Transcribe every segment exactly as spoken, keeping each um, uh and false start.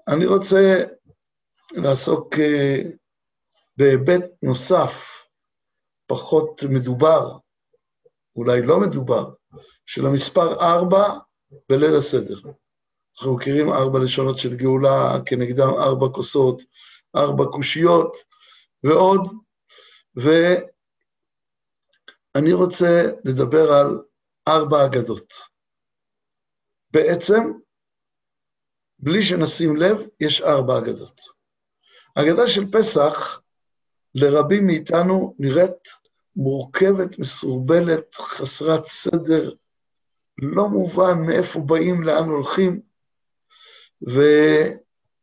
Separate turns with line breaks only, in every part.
אני רוצה לעסוק בהיבט נוסף, פחות מדובר, אולי לא מדובר, של המספר ארבע בליל הסדר. אנחנו מכירים ארבע לשונות של גאולה, כנגדם ארבע כוסות, ארבע קושיות ועוד, ואני רוצה לדבר על ארבע אגדות. בעצם, בלי שנשים לב, יש ארבע אגדות. האגדה של פסח, לרבים מאיתנו נראית מורכבת, מסורבלת, חסרת סדר, לא מובן מאיפה באים, לאן הולכים, ואם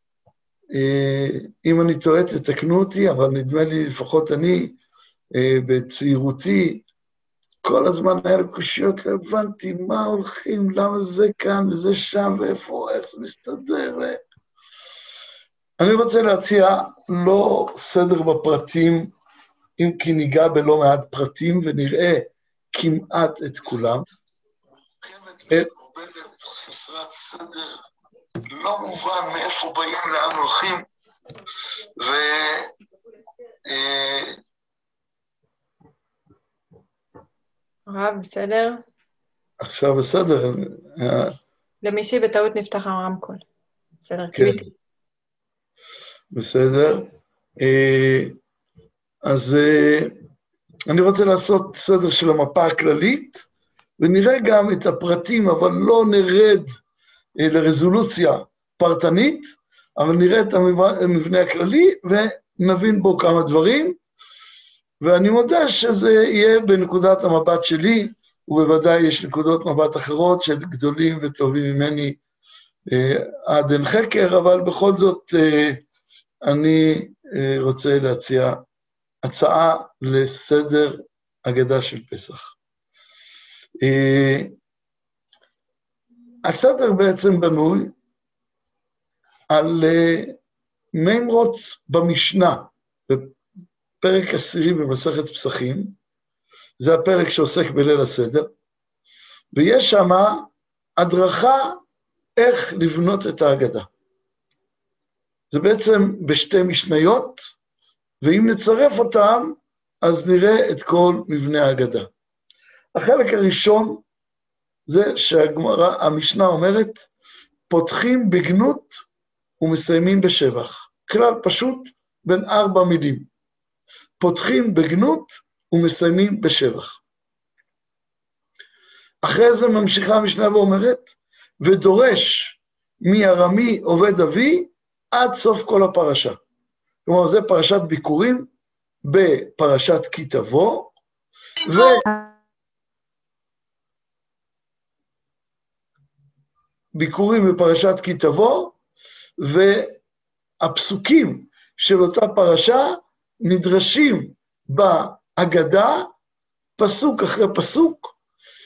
אני טועה תתקנו אותי, אבל נדמה לי לפחות אני, בצעירותי, כל הזמן היה לי קושיות, לא הבנתי מה הולכים, למה זה כאן וזה שם, ואיפה, איך זה מסתדר. אני רוצה להציע לא סדר בפרטים, אם כי ניגע בלא מעט פרטים, ונראה כמעט את כולם. את חסרת סדר, לא מובן מאיפה באים, לאן הולכים, ו...
רב, בסדר?
עכשיו בסדר.
למישהי בטעות נפתח הרמקול. בסדר,
כן.
קיביתי.
בסדר. אז אני רוצה לעשות סדר של המפה הכללית, ונראה גם את הפרטים, אבל לא נרד לרזולוציה פרטנית, אבל נראה את המבנה הכללי, ונבין בו כמה דברים, ואני מודה שזה יהיה בנקודת המבט שלי, ובוודאי יש נקודות מבט אחרות של גדולים וטובים ממני עד אין חקר, אבל בכל זאת אני רוצה להציע הצעה לסדר אגדה של פסח. הסדר בעצם בנוי על מימרות במשנה, בפרק עשירי במסכת פסחים, זה הפרק שעוסק בליל הסדר, ויש שם הדרכה איך לבנות את ההגדה. זה בעצם בשתי משניות, ואם נצרף אותם, אז נראה את כל מבנה ההגדה. החלק הראשון, זה שהגמרא, המשנה אומרת, פותחים בגנות ומסיימים בשבח. כלל פשוט בין ארבע מילים. פותחים בגנות ומסיימים בשבח. אחרי זה ממשיכה המשנה ואומרת, ודורש מארמי עובד אבי עד סוף כל הפרשה. כלומר, זה פרשת ביקורים בפרשת כי תבוא, ו... ביקורים בפרשת כי תבוא, והפסוקים של אותה פרשה נדרשים בהגדה, פסוק אחרי פסוק,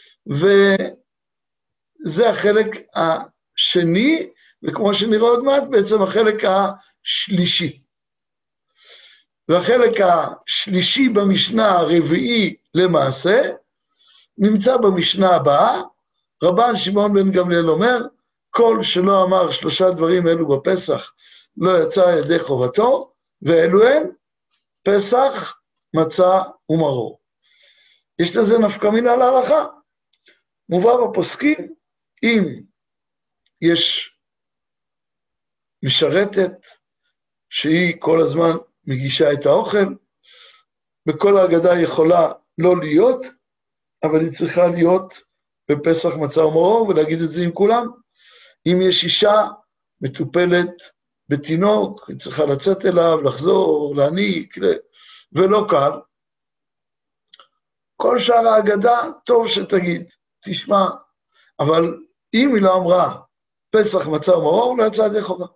וזה החלק השני, וכמו שנראה עוד מעט, בעצם החלק השלישי. והחלק השלישי במשנה הרביעי למעשה, נמצא במשנה הבאה, רבן שמעון בן גמליאל אומר, כל שלא אמר שלושה דברים אלו בפסח, לא יצא ידי חובתו, ואלו הם פסח, מצה ומרור. יש לזה נפקא מינה להלכה. מובא בפוסקים, אם יש משרתת, שהיא כל הזמן מגישה את האוכל, בכל ההגדה יכולה לא להיות, אבל היא צריכה להיות בפסח מצה ומרור, ולהגיד את זה עם כולם. אם יש אישה מטופלת בתינוק, היא צריכה לצאת אליו, לחזור, להניק, ולא קל. כל שאר ההגדה, טוב שתגיד, תשמע, אבל אם היא לא אמרה פסח מצה ומרור, לא יצא ידי חובה.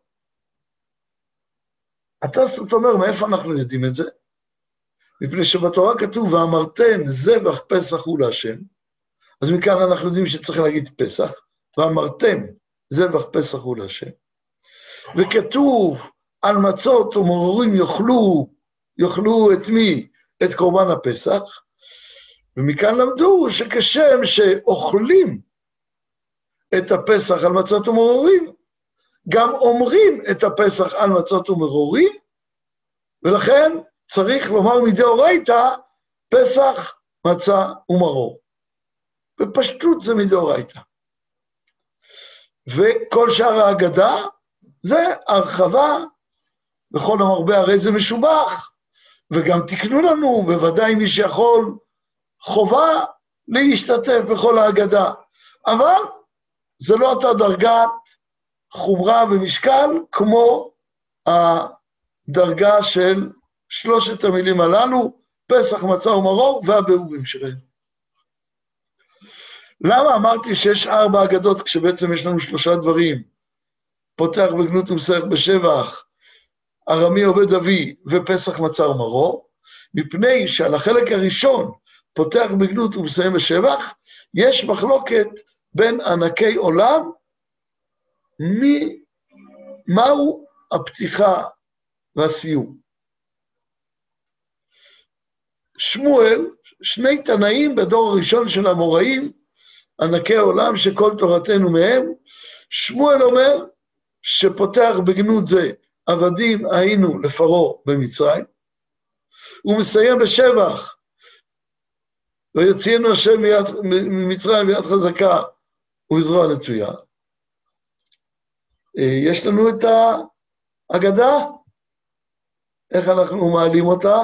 אתה זאת אומר, מאיפה אנחנו יודעים את זה? מפני שבתורה כתוב, ואמרתם זבח פסח הוא להשם, אז מכאן אנחנו יודעים שצריך להגיד פסח, ואמרתם זבח פסח הוא להשם. וכתוב על מצות ומרורים יאכלו, יאכלו את מי? את קורבן הפסח, ומכאן למדו שכשם שאוכלים את הפסח על מצות ומרורים, גם אומרים את הפסח על מצות ומרורים, ולכן צריך לומר מדאורייתא, פסח, מצה ומרור. בפשטות זה מדאורייתא. וכל שאר ההגדה, זה הרחבה, בכל המרבה הרי זה משובח, וגם תקנו לנו, בוודאי מי שיכול, חובה להשתתף בכל ההגדה. אבל זה לא אותה דרגת חומרה ומשקל, כמו הדרגה של שלושת המילים הללו, פסח, מצה ומרור, והביאורים שלהם. למה אמרתי שיש ארבע אגדות, כשבעצם יש לנו שלושה דברים? פותח בגנות ומסייח בשבח, ארמי עובד אבי, ופסח, מצה ומרור, מפני שעל החלק הראשון, פותח בגנות ומסיים בשבח, יש מחלוקת בין ענקי עולם, מי, מהו הפתיחה והסיום. שמואל, שני תנאים בדור הראשון של המוראים, ענקי עולם שכל תורתנו מהם, שמואל אומר שפותח בגנות זה, עבדים היינו לפרעה במצרים, הוא מסיים בשבח, ויוציאנו השם ממצרים ביד חזקה ובזרוע נטויה. יש לנו את ההגדה, איך אנחנו מעלים אותה?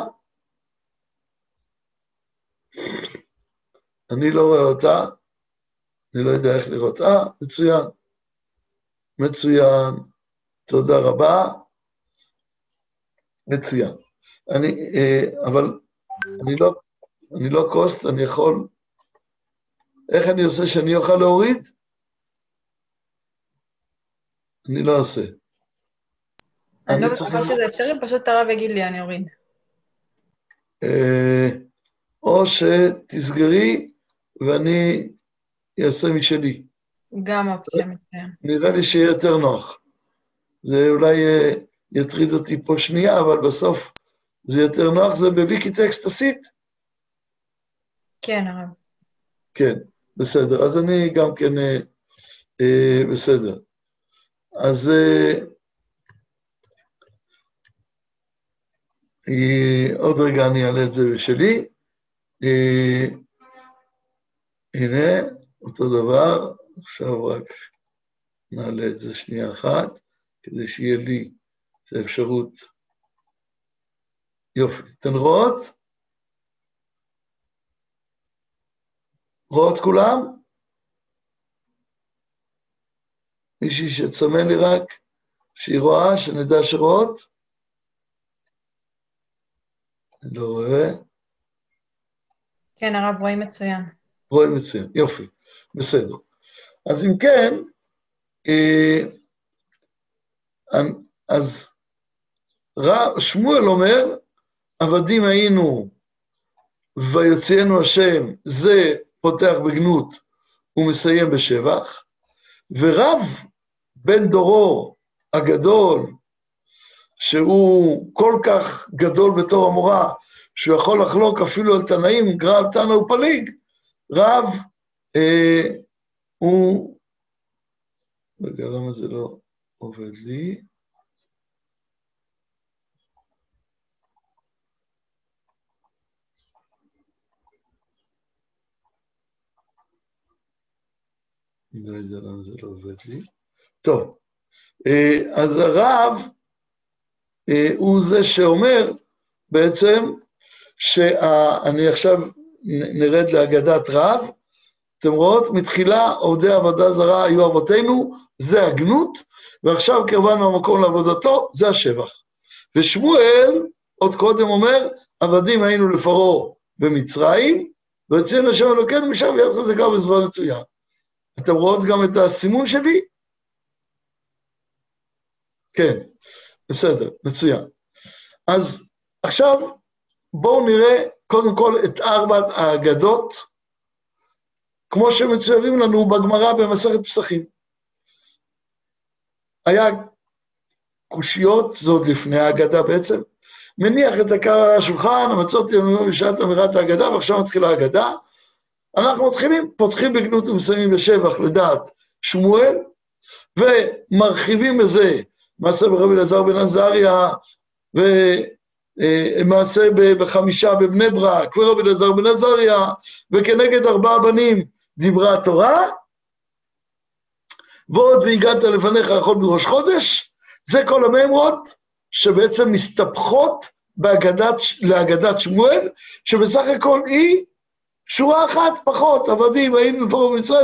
אני לא רואה אותה, אני לא יודע איך לראות. אה, מצוין, מצוין, תודה רבה, מצוין. אני, אבל אני לא, אני לא קוסט, אני יכול, איך אני עושה שאני אוכל להוריד? אני לא עושה.
אני לא בטוחה שזה אפשרי, פשוט הרב יגיד לי, אני אוריד.
או שתסגרי ואני אעשה משלי.
גם אופציה מצוין.
נראה לי שיהיה יותר נוח. זה אולי יטריד אותי פה שנייה, אבל בסוף זה יותר נוח, זה בוויקי טקסט עשית?
כן, הרב.
כן, בסדר. אז אני גם כן, אה, אה, בסדר. אז אה, אה, עוד רגע אני אעלה את זה בשלי. אה, הנה, אותו דבר. עכשיו רק נעלה את זה שנייה אחת, כדי שיהיה לי את האפשרות. יופי. אתן רואות? רואות כולם? מישהי שצמא לי רק, שהיא רואה, שנדע שרואות? אני לא רואה.
כן, הרב, רואים מצוין.
רואים מצוין, יופי, בסדר. אז אם כן, אז שמואל אומר, עבדים היינו ויוציאנו השם, זה פותח בגנות ומסיים בשבח, ורב בן דורו הגדול, שהוא כל כך גדול בתור המורה, שהוא יכול לחלוק אפילו על תנאים, רב תנא ופליג, רב אה, הוא, רגע, למה זה לא עובד לי? אני לא יודע למה זה לא עובד לי. טוב, אז הרב הוא זה שאומר בעצם שאני עכשיו נרד להגדת רב, אתם רואות, מתחילה עובדי עבודה זרה היו אבותינו, זה הגנות, ועכשיו קרבנו המקום לעבודתו, זה השבח. ושמואל עוד קודם אומר, עבדים היינו לפרעה במצרים, ויוציאנו השם אלוקינו משם ביד חזקה ובזרוע נטויה. אתם רואות גם את הסימון שלי? כן, בסדר, מצוין. אז עכשיו בואו נראה קודם כל את ארבעת האגדות, כמו שמצוירים לנו בגמרא במסכת פסחים. היה קושיות, זה עוד לפני האגדה בעצם, מניח את הקר על השולחן, המצות ימים בשעת אמירת האגדה, ועכשיו מתחילה האגדה, אנחנו מתחילים, פותחים בגנות ומסיימים בשבח לדעת שמואל, ומרחיבים בזה, מעשה ברבי אלעזר בן עזריה, ומעשה בחמישה בבני ברק, ורבי אלעזר בן עזריה, וכנגד ארבעה בנים דיברה התורה, ועוד והגעת לפניך יכול בראש חודש, זה כל המאמרות שבעצם מסתפחות בהגדת, להגדת שמואל, שבסך הכל היא שורה אחת פחות, עבדים, היינו לפרעה במצרים,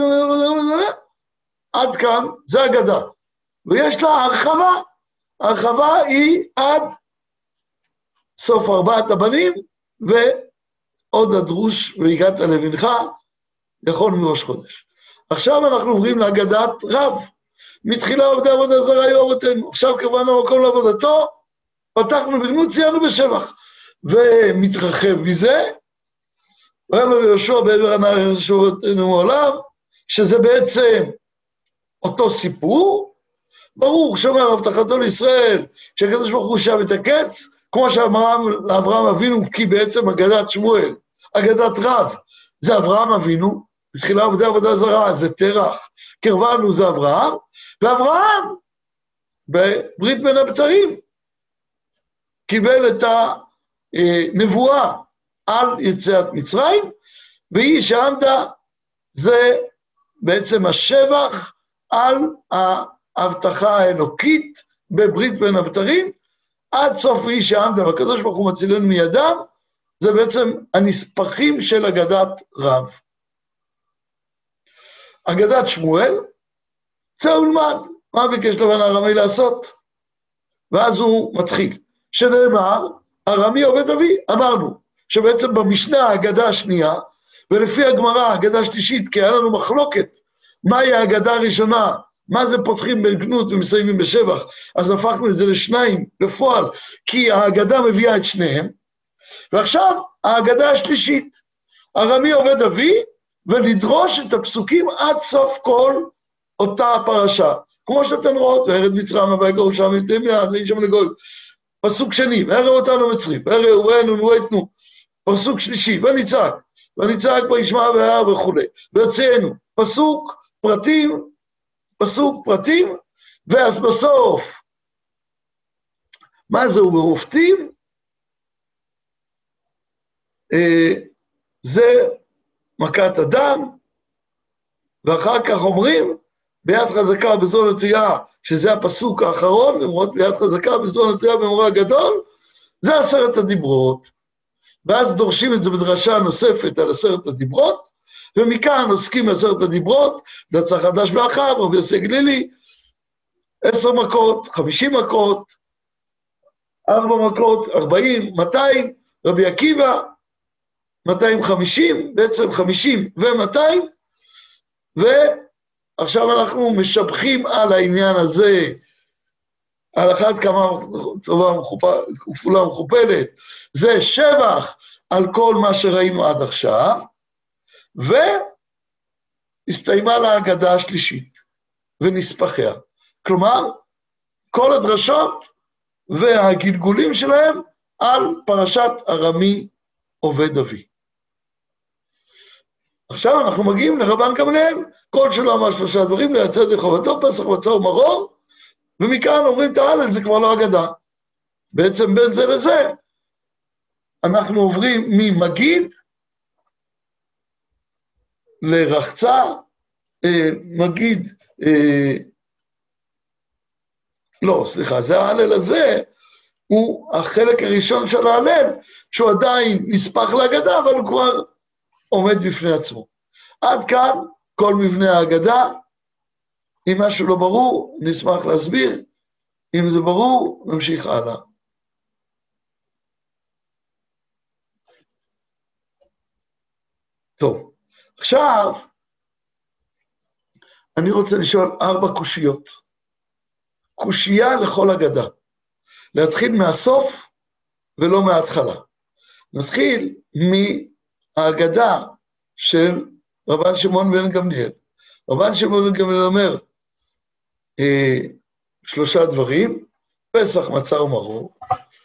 עד כאן, זה אגדה. ויש לה הרחבה, הרחבה היא עד סוף ארבעת הבנים, ועוד הדרוש והגעת לבנך, יכול מראש חודש. עכשיו אנחנו עוברים להגדת רב, מתחילה עובדי עבודה זרה היו אבותינו, עכשיו קבענו מקום לעבודתו, פתחנו בגנות, ציינו בשבח, ומתרחב מזה, ויאמר יהושע בעבר הנהר ישובתנו מעולם, שזה בעצם אותו סיפור, ברוך שומר הבטחתו לישראל, שהקדוש ברוך הוא שב את הקץ, כמו שאמרם לאברהם אבינו, כי בעצם אגדת שמואל, אגדת רב, זה אברהם אבינו, בתחילה עובדי עבודה זרה, זה תרח, קרבנו זה אברהם, ואברהם, בברית בין הבתרים, קיבל את הנבואה על יציאת מצרים, והיא שעמדה, זה בעצם השבח על ההבטחה האלוקית בברית בין הבתרים, עד סוף היא שעמדה, והקדוש ברוך הוא מצילנו מידם, זה בעצם הנספחים של אגדת רב. אגדת שמואל, צא ולמד, מה ביקש לבן הארמי לעשות? ואז הוא מתחיל, שנאמר, ארמי עובד אבי, אמרנו, שבעצם במשנה האגדה השנייה, ולפי הגמרא האגדה השלישית, כי היה לנו מחלוקת, מהי האגדה הראשונה, מה זה פותחים בגנות ומסיימים בשבח, אז הפכנו את זה לשניים בפועל, כי האגדה מביאה את שניהם, ועכשיו האגדה השלישית, ארמי עובד אבי, ולדרוש את הפסוקים עד סוף כל אותה הפרשה, כמו שאתן רואות, וירד מצרים ויגור שם עם תמיד, ואין שם לגוי, פסוק שני, ויראו אותנו מצרים, ויראו ואינו נואתנו, פסוק שלישי, ונצעק, ונצעק וישמע והר וכו', ויוצאנו, פסוק פרטים, פסוק פרטים, ואז בסוף, מה זהו ברופטים? אה, זה מכת הדם, ואחר כך אומרים, ביד חזקה בזו נטויה, שזה הפסוק האחרון, למרות ביד חזקה בזו נטויה במורה הגדול, זה עשרת הדיברות, ואז דורשים את זה בדרשה נוספת על עשרת הדיברות, ומכאן עוסקים בעשרת הדיברות, דצה חדש באחיו, רבי יוסי גלילי, עשר מכות, חמישים מכות, ארבע מכות, ארבעים, מאתיים, רבי עקיבא, מאתיים וחמישים, בעצם חמישים ומאתיים, ועכשיו אנחנו משבחים על העניין הזה, על אחת כמה טובה כפולה ומכופלת, זה שבח על כל מה שראינו עד עכשיו, והסתיימה להגדה השלישית, ונספחיה. כלומר, כל הדרשות והגלגולים שלהם על פרשת ארמי עובד אבי. עכשיו אנחנו מגיעים לרבן גמליאל, כל שלא אמר שלושה דברים, לייצא ידי חובתו, פסח מצה ומרור, ומכאן אומרים תהלל, זה כבר לא אגדה. בעצם בין זה לזה, אנחנו עוברים ממגיד לרחצה, אה, מגיד, אה, לא, סליחה, זה ההלל הזה, הוא החלק הראשון של ההלל, שהוא עדיין נספח להגדה, אבל הוא כבר עומד בפני עצמו. עד כאן כל מבנה ההגדה, אם משהו לא ברור, נשמח להסביר, אם זה ברור, נמשיך הלאה. טוב, עכשיו, אני רוצה לשאול ארבע קושיות. קושייה לכל אגדה. להתחיל מהסוף ולא מההתחלה. נתחיל מהאגדה של רבן שמעון בן גמליאל. רבן שמעון בן גמליאל אומר, אה, שלושה דברים, פסח, מצה ומרור,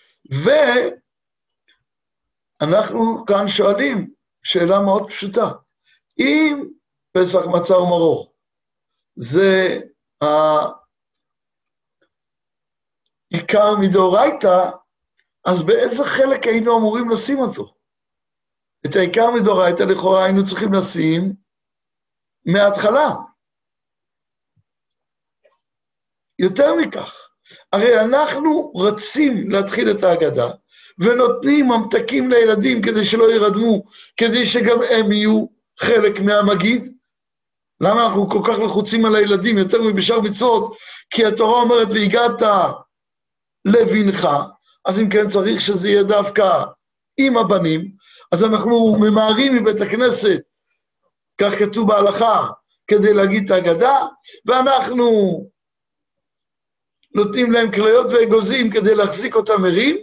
ואנחנו כאן שואלים שאלה מאוד פשוטה, אם פסח, מצה ומרור, זה העיקר מדאורייתא, אז באיזה חלק היינו אמורים לשים אותו? את העיקר מדאורייתא לכאורה היינו צריכים לשים מההתחלה. יותר מכך, הרי אנחנו רצים להתחיל את ההגדה, ונותנים ממתקים לילדים כדי שלא ירדמו, כדי שגם הם יהיו חלק מהמגיד. למה אנחנו כל כך לחוצים על הילדים יותר מבשאר מצוות? כי התורה אומרת והגעת לבנך, אז אם כן צריך שזה יהיה דווקא עם הבנים, אז אנחנו ממהרים מבית הכנסת, כך כתוב בהלכה, כדי להגיד את ההגדה, ואנחנו נותנים להם כליות ואגוזים כדי להחזיק אותם מרים,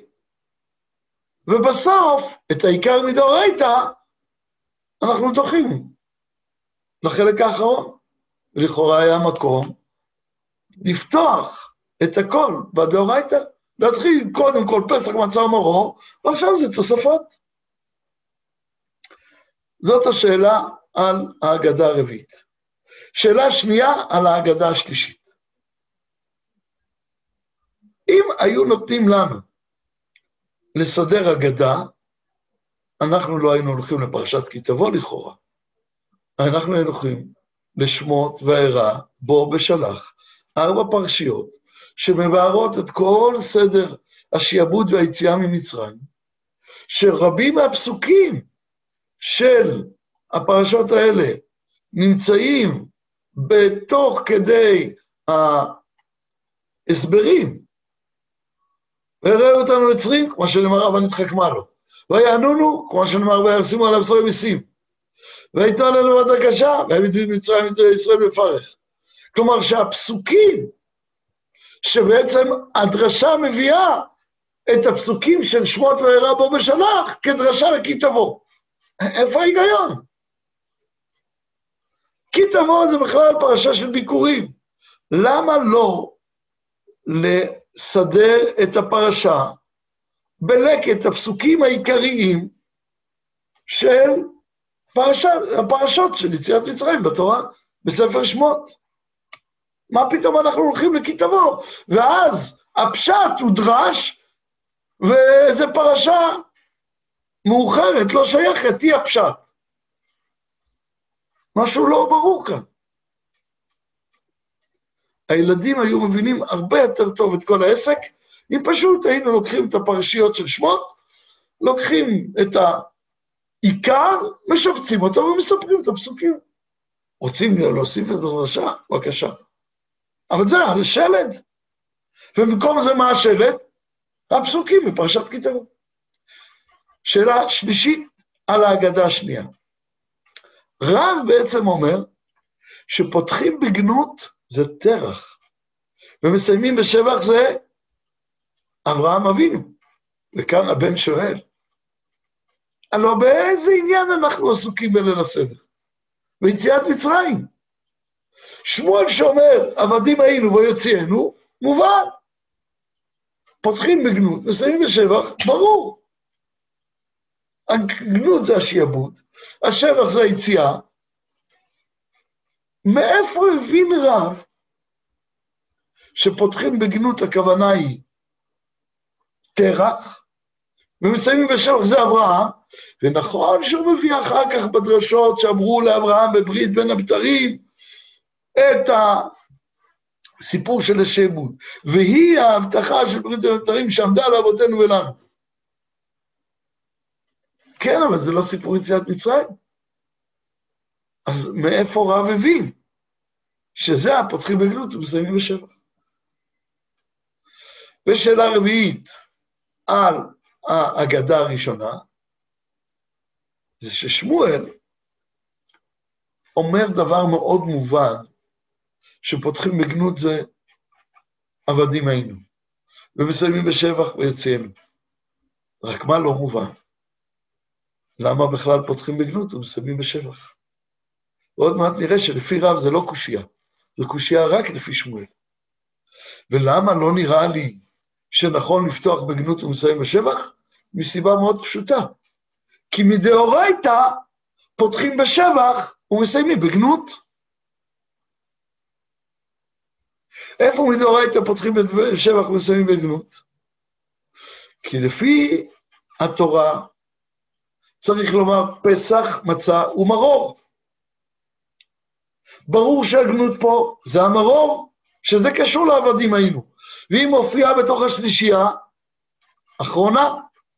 ובסוף את העיקר מדאורייתא אנחנו דוחים לחלק האחרון. ולכאורה היה מקום לפתוח את הכל בדאורייתא, להתחיל קודם כל פסח מצה ומרור, ועכשיו זה תוספות. זאת השאלה על ההגדה הרביעית. שאלה שנייה על ההגדה השלישית. אם היו נותנים לנו לסדר הגדה, אנחנו לא היינו הולכים לפרשת כי תבוא לכאורה. אנחנו היינו הולכים לשמות והערה, בו בשלח, ארבע פרשיות, שמבארות את כל סדר השיעבוד והיציאה ממצרים, שרבים מהפסוקים של הפרשות האלה נמצאים בתוך כדי ההסברים, והראו אותנו יצרים, כמו שנאמר, אבל נתחכמה לו. ויענונו, כמו שנאמר, וירשימו עליו עשרה מיסים. והייתו עלינו בת הקשה, והעמידו את מצרים את ישראל בפרך. כלומר שהפסוקים, שבעצם הדרשה מביאה את הפסוקים של שמות והערה בו בשלח, כדרשה לכי תבוא. איפה ההיגיון? כי תבוא זה בכלל פרשה של ביקורים. למה לא לסדר את הפרשה בלקט הפסוקים העיקריים של פרשת, הפרשות של יציאת מצרים בתורה, בספר שמות? מה פתאום אנחנו הולכים לכי תבוא? ואז הפשט הוא דרש, ואיזה פרשה מאוחרת, לא שייכת, היא הפשט. משהו לא ברור כאן. הילדים היו מבינים הרבה יותר טוב את כל העסק, אם פשוט היינו לוקחים את הפרשיות של שמות, לוקחים את העיקר, משבצים אותו ומספרים את הפסוקים. רוצים להוסיף את דרשה? בבקשה. אבל זה על שלד. ובמקום זה מה השלד? הפסוקים בפרשת כי תבוא. שאלה שלישית על ההגדה השנייה. רב בעצם אומר שפותחים בגנות זה תרח, ומסיימים בשבח זה אברהם אבינו. וכאן הבן שואל, הלא באיזה עניין אנחנו עסוקים בליל הסדר? ביציאת מצרים. שמואל שאומר, עבדים היינו ויוציאנו, מובן. פותחים בגנות, מסיימים בשבח, ברור. הגנות זה השיעבוד, השבח זה היציאה. מאיפה הבין רב שפותחים בגנות הכוונה היא תרח, ומסיימים בשבח זה אברהם, ונכון שהוא מביא אחר כך בדרשות שאמרו לאברהם בברית בין הבתרים את הסיפור של השעבוד, והיא ההבטחה של ברית בין הבתרים שעמדה לאבותינו ולנו. כן, אבל זה לא סיפור יציאת מצרים. אז מאיפה רב הבין? שזה הפותחים בגנות ומסיימים בשבח. ושאלה רביעית על ההגדה הראשונה, זה ששמואל אומר דבר מאוד מובן, שפותחים בגנות זה עבדים היינו, ומסיימים בשבח ויציאנו. רק מה לא מובן? למה בכלל פותחים בגנות ומסיימים בשבח? ועוד מעט נראה שלפי רב זה לא קושייה, זה קושייה רק לפי שמואל. ולמה לא נראה לי שנכון לפתוח בגנות ומסיים בשבח? מסיבה מאוד פשוטה. כי מדאורייתא פותחים בשבח ומסיימים בגנות. איפה מדאורייתא פותחים בשבח ומסיימים בגנות? כי לפי התורה צריך לומר פסח, מצה ומרור. ברור שהגנות פה זה המרור, שזה קשור לעבדים היינו. והיא מופיעה בתוך השלישייה, אחרונה.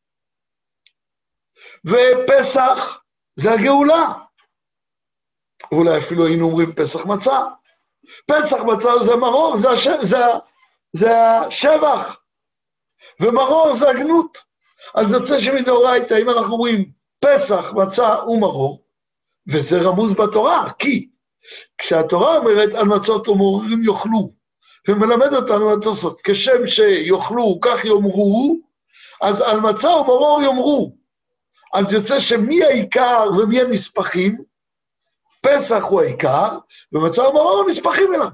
ופסח זה הגאולה. ואולי אפילו היינו אומרים פסח מצה. פסח מצה זה מרור, זה, הש... זה, זה השבח. ומרור זה הגנות. אז יוצא שמדאורייתא, אם אנחנו אומרים פסח, מצה ומרור, וזה רמוז בתורה, כי כשהתורה אומרת על מצות ומרורים יאכלו, ומלמד אותנו התוספות, כשם שיאכלו כך יאמרו, אז על מצה ומרור יאמרו. אז יוצא שמי העיקר ומי הנספחים? פסח הוא העיקר, ומצה ומרור נספחים אליו.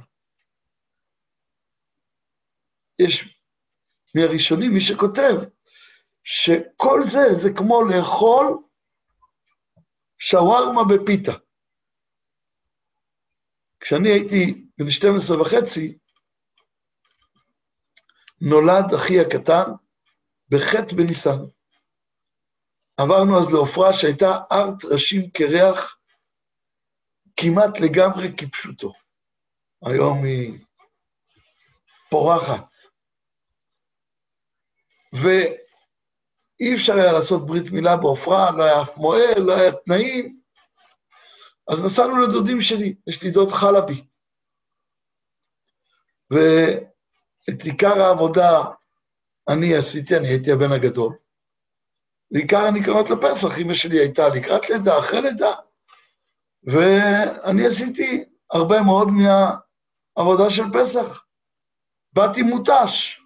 יש מהראשונים מי שכותב, שכל זה זה כמו לאכול שווארמה בפיתה. כשאני הייתי בן שתים עשרה וחצי, נולד אחי הקטן בחטא בניסן. עברנו אז לעופרה שהייתה הר טרשים קרח, כמעט לגמרי כפשוטו. היום היא פורחת. ואי אפשר היה לעשות ברית מילה בעופרה, לא היה אף מועל, לא היה תנאים. אז נסענו לדודים שלי, יש לי דוד חלבי. ואת עיקר העבודה אני עשיתי, אני הייתי הבן הגדול. ועיקר הניקיונות לפסח, אמא שלי הייתה לקראת לידה, אחרי לידה. ואני עשיתי הרבה מאוד מהעבודה של פסח. באתי מותש.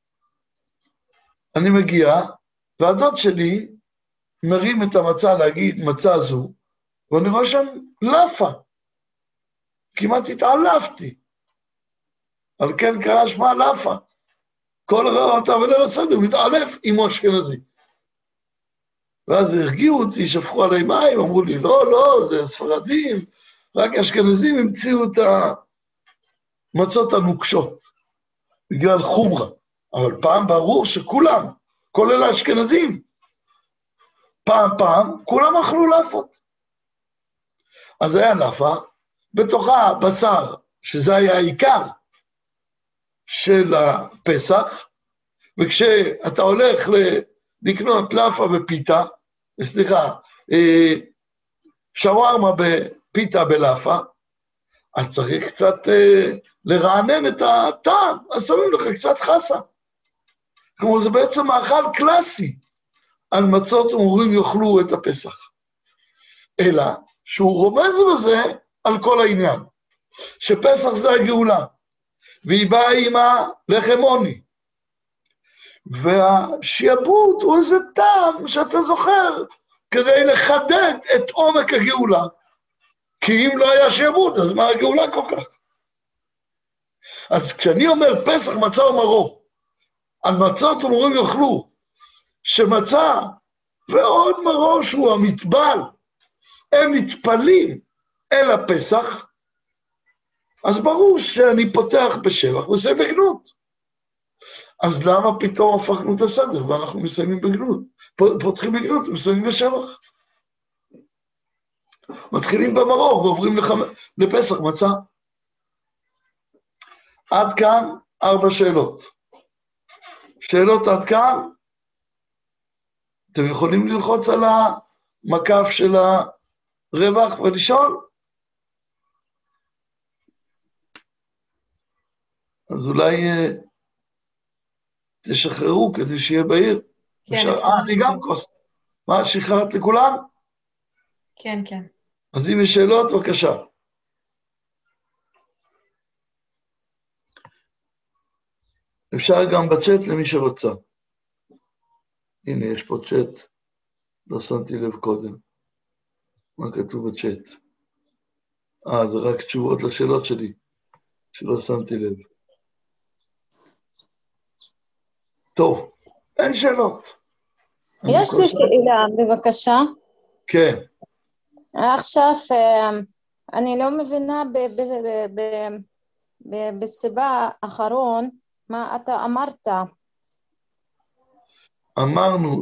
אני מגיע, והדוד שלי מרים את המצה להגיד מצה זו, ואני רואה שם לפה. כמעט התעלפתי. על כן קרא שמה לפה. כל רע אותה ולא בסדר, מתעלף עם אשכנזי. ואז הרגיעו אותי, שפכו עליי מים, אמרו לי, לא, לא, זה ספרדים, רק אשכנזים המציאו את המצות הנוקשות, בגלל חומרה. אבל פעם ברור שכולם, כולל האשכנזים, פעם פעם, כולם אכלו לפות. אז היה לפה, בתוכה בשר, שזה היה העיקר של הפסח, וכשאתה הולך לקנות לפה בפיתה, סליחה, שווארמה בפיתה בלפה, אז צריך קצת לרענן את הטעם, אז שמים לך קצת חסה. כמו זה בעצם מאכל קלאסי, על מצות ומרורים יאכלו את הפסח. אלא שהוא רומז בזה על כל העניין, שפסח זה הגאולה, והיא באה עם הלחם עוני, והשיעבוד הוא איזה טעם שאתה זוכר, כדי לחדד את עומק הגאולה, כי אם לא היה שיעבוד, אז מה הגאולה כל כך? אז כשאני אומר פסח מצה ומרור, על מצות ומרורים יאכלו, שמצה ועוד מרור שהוא המטבל, הם מתפלים אל הפסח, אז ברור שאני פותח בשבח ועושה בגנות. אז למה פתאום הפכנו את הסדר ואנחנו מסיימים בגנות? פותחים בגנות ומסיימים בשבח. מתחילים במרור ועוברים לח... לפסח מצה. עד כאן ארבע שאלות. שאלות עד כאן, אתם יכולים ללחוץ על המקף של הרווח ולשאול? אז אולי תשחררו כדי שיהיה בהיר.
כן.
אה, אני גם כוס. מה, שחררת לכולם?
כן, כן.
אז אם יש שאלות, בבקשה. אפשר גם בצ'אט למי שרוצה. הנה, יש פה צ'אט. לא שמתי לב קודם. מה כתוב בצ'אט? אה, זה רק תשובות לשאלות שלי, שלא שמתי לב. טוב, אין שאלות.
יש לי שאלה, בבקשה.
כן.
עכשיו, אני לא מבינה ב- בסיבה האחרון, מה אתה אמרת?
אמרנו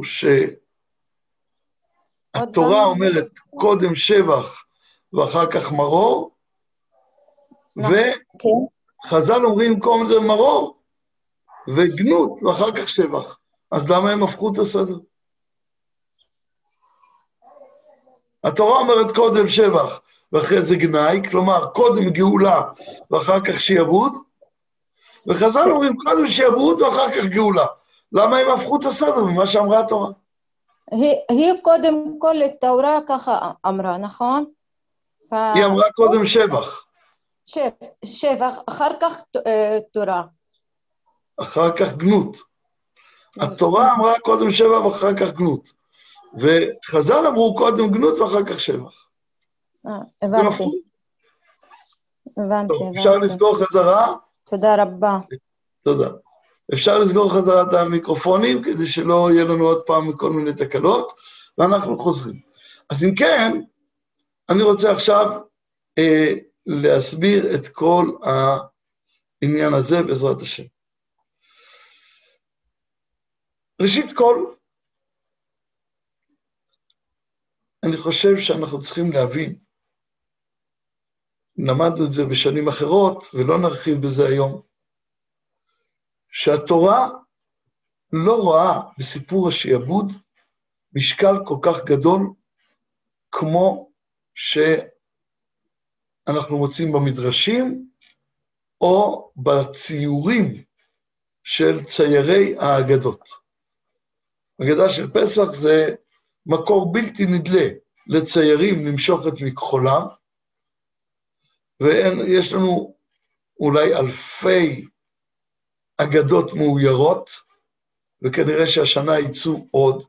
עוד
שהתורה
פעם?
אומרת קודם שבח ואחר כך מרור,
נכון, כן.
וחז"ל אומרים קודם זה מרור וגנות ואחר כך שבח. אז למה הם הפכו את הסדר? התורה אומרת קודם שבח ואחרי זה גנאי, כלומר קודם גאולה ואחר כך שיעבוד, וחז"ל אומרים קודם שיעבוד ואחר כך גאולה. למה הם הפכו את הסדר ממה שאמרה התורה?
היא, היא קודם כל התורה ככה אמרה, נכון? פ...
היא אמרה קודם שבח,
שב, שבח, אחר כך אה, תורה.
אחר כך גנות. התורה אמרה קודם שבח ואחר כך גנות, וחז"ל אמרו קודם גנות ואחר כך שבח.
אה,
הם
הבנתי,
הפכו.
הבנתי,
טוב, אפשר
הבנתי.
לסגור חזרה?
תודה רבה.
תודה. אפשר לסגור חזרה את המיקרופונים, כדי שלא יהיה לנו עוד פעם כל מיני תקלות, ואנחנו חוזרים. אז אם כן, אני רוצה עכשיו אה, להסביר את כל העניין הזה בעזרת השם. ראשית כל, אני חושב שאנחנו צריכים להבין, למדנו את זה בשנים אחרות, ולא נרחיב בזה היום, שהתורה לא רואה בסיפור השיעבוד משקל כל כך גדול, כמו שאנחנו מוצאים במדרשים, או בציורים של ציירי האגדות. אגדה של פסח זה מקור בלתי נדלה לציירים למשוך את מכחולם, ויש לנו אולי אלפי אגדות מאוירות, וכנראה שהשנה יצאו עוד,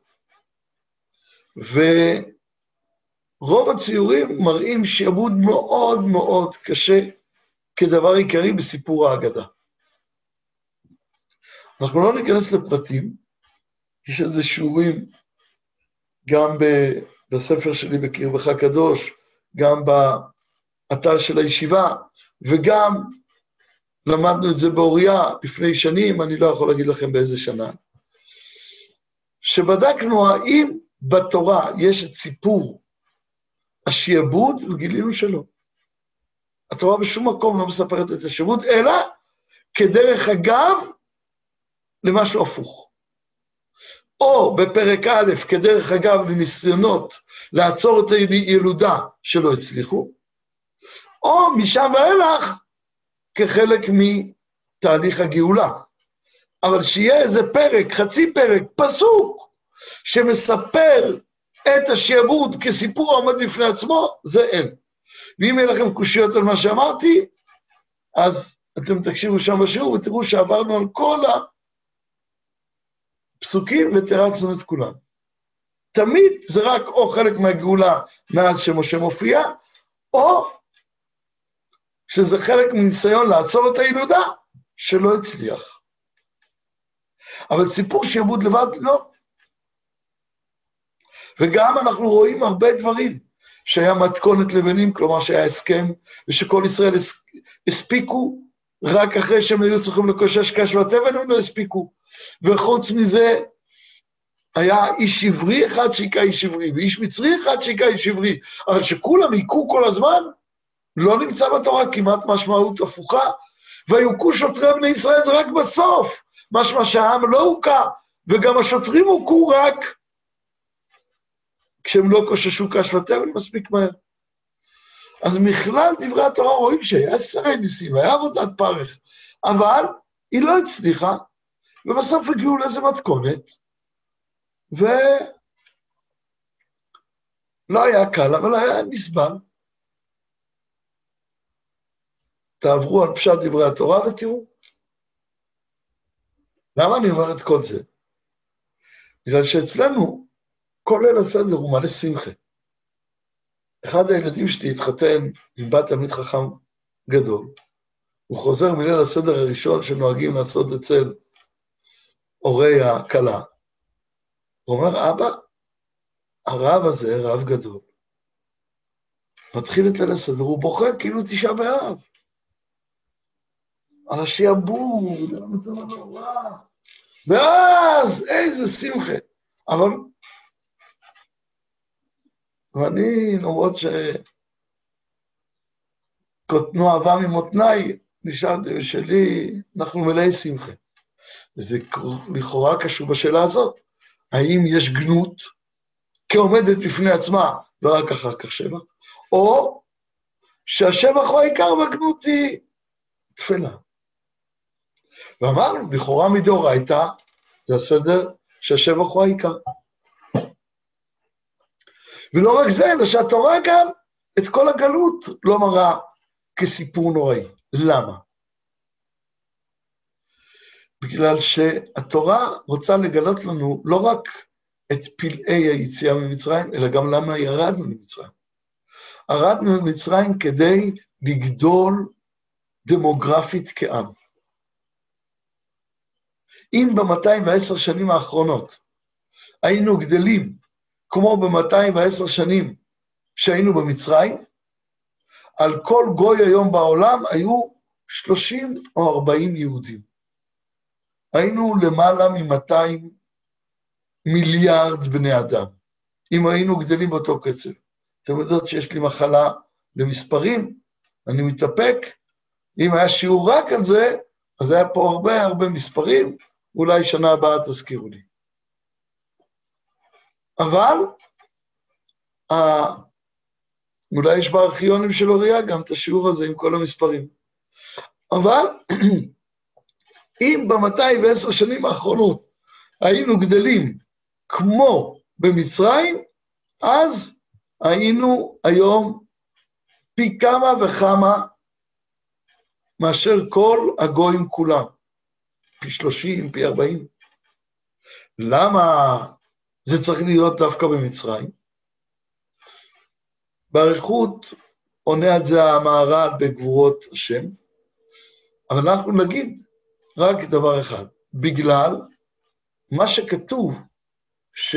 ורוב הציורים מראים שיעבוד מאוד מאוד קשה, כדבר עיקרי בסיפור האגדה. אנחנו לא ניכנס לפרטים, יש איזה שיעורים גם בספר שלי בקרבך קדוש, גם באתר של הישיבה, וגם למדנו את זה באוריה לפני שנים, אני לא יכול להגיד לכם באיזה שנה, שבדקנו האם בתורה יש את סיפור השיעבוד, וגילינו שלא. התורה בשום מקום לא מספרת את השיעבוד, אלא כדרך אגב למשהו הפוך. או בפרק א', כדרך אגב לניסיונות לעצור את הילודה שלא הצליחו, או משם ואילך כחלק מתהליך הגאולה. אבל שיהיה איזה פרק, חצי פרק, פסוק, שמספר את השיעבוד כסיפור העומד בפני עצמו, זה אין. ואם יהיה לכם קושיות על מה שאמרתי, אז אתם תקשיבו שם בשיעור ותראו שעברנו על כל הפסוקים ותרצנו את כולם. תמיד זה רק או חלק מהגאולה מאז שמשה מופיע, או שזה חלק מניסיון לעצור את הילודה שלא הצליח. אבל סיפור שיעבוד לבד לא. וגם אנחנו רואים הרבה דברים, שהיה מתכונת לבנים, כלומר שהיה הסכם, ושכל ישראל הספיקו, רק אחרי שהם היו צריכים לקושש קש והתבן, הם לא הספיקו. וחוץ מזה, היה איש עברי אחד שיקה איש עברי, ואיש מצרי אחד שיקה איש עברי, אבל שכולם יקו כל הזמן, לא נמצא בתורה כמעט משמעות הפוכה, והיוקו שוטרי בני ישראל זה רק בסוף, משמע שהעם לא הוקע, וגם השוטרים הוקו רק כשהם לא קוששו קש ותבן מספיק מהר. אז מכלל דברי התורה רואים שהיה שרי ניסים, היה עבודת פרך, אבל היא לא הצליחה, ובסוף הגיעו לאיזה מתכונת, ולא היה קל, אבל היה נסבל. תעברו על פשט דברי התורה ותראו. למה אני אומר את כל זה? בגלל שאצלנו, כל ליל הסדר הוא מלא שמחה. אחד הילדים שלי התחתן עם בת תלמיד חכם גדול, הוא חוזר מליל הסדר הראשון שנוהגים לעשות אצל הורי הכלה, הוא אומר, אבא, הרב הזה, רב גדול, מתחיל את ליל הסדר, הוא בוחר כאילו תשעה באב. על השיעבוד, על המצב הנורא, ואז איזה שמחה. אבל, ואני, למרות שקוטנו אהבה ממותניי, נשארתי בשלי, אנחנו מלאי שמחה. וזה לכאורה קשור בשאלה הזאת. האם יש גנות כעומדת בפני עצמה, ורק אחר כך שבח, או שהשבח הוא העיקר והגנות היא תפלה. ואמרנו, לכאורה מדאורייתא, זה הסדר שהשבח הוא העיקר. ולא רק זה, אלא שהתורה גם את כל הגלות לא מראה כסיפור נוראי. למה? בגלל שהתורה רוצה לגלות לנו לא רק את פלאי היציאה ממצרים, אלא גם למה ירדנו ממצרים. ירדנו ממצרים כדי לגדול דמוגרפית כעם. אם ב-מאתיים ועשר שנים האחרונות היינו גדלים כמו ב-מאתיים ועשר שנים שהיינו במצרים, על כל גוי היום בעולם היו שלושים או ארבעים יהודים. היינו למעלה מ-מאתיים מיליארד בני אדם, אם היינו גדלים באותו קצב. אתם יודעות שיש לי מחלה למספרים, אני מתאפק, אם היה שיעור רק על זה, אז היה פה הרבה הרבה מספרים, אולי שנה הבאה תזכירו לי. אבל, אה, אולי יש בארכיונים של אוריה גם את השיעור הזה עם כל המספרים. אבל, אם ב-מאתיים ועשר שנים האחרונות היינו גדלים כמו במצרים, אז היינו היום פי כמה וכמה מאשר כל הגויים כולם. פי שלושים, פי ארבעים. למה זה צריך להיות דווקא במצרים? באריכות עונה את זה המהר"ל בגבורות השם, אבל אנחנו נגיד רק דבר אחד, בגלל מה שכתוב, ש...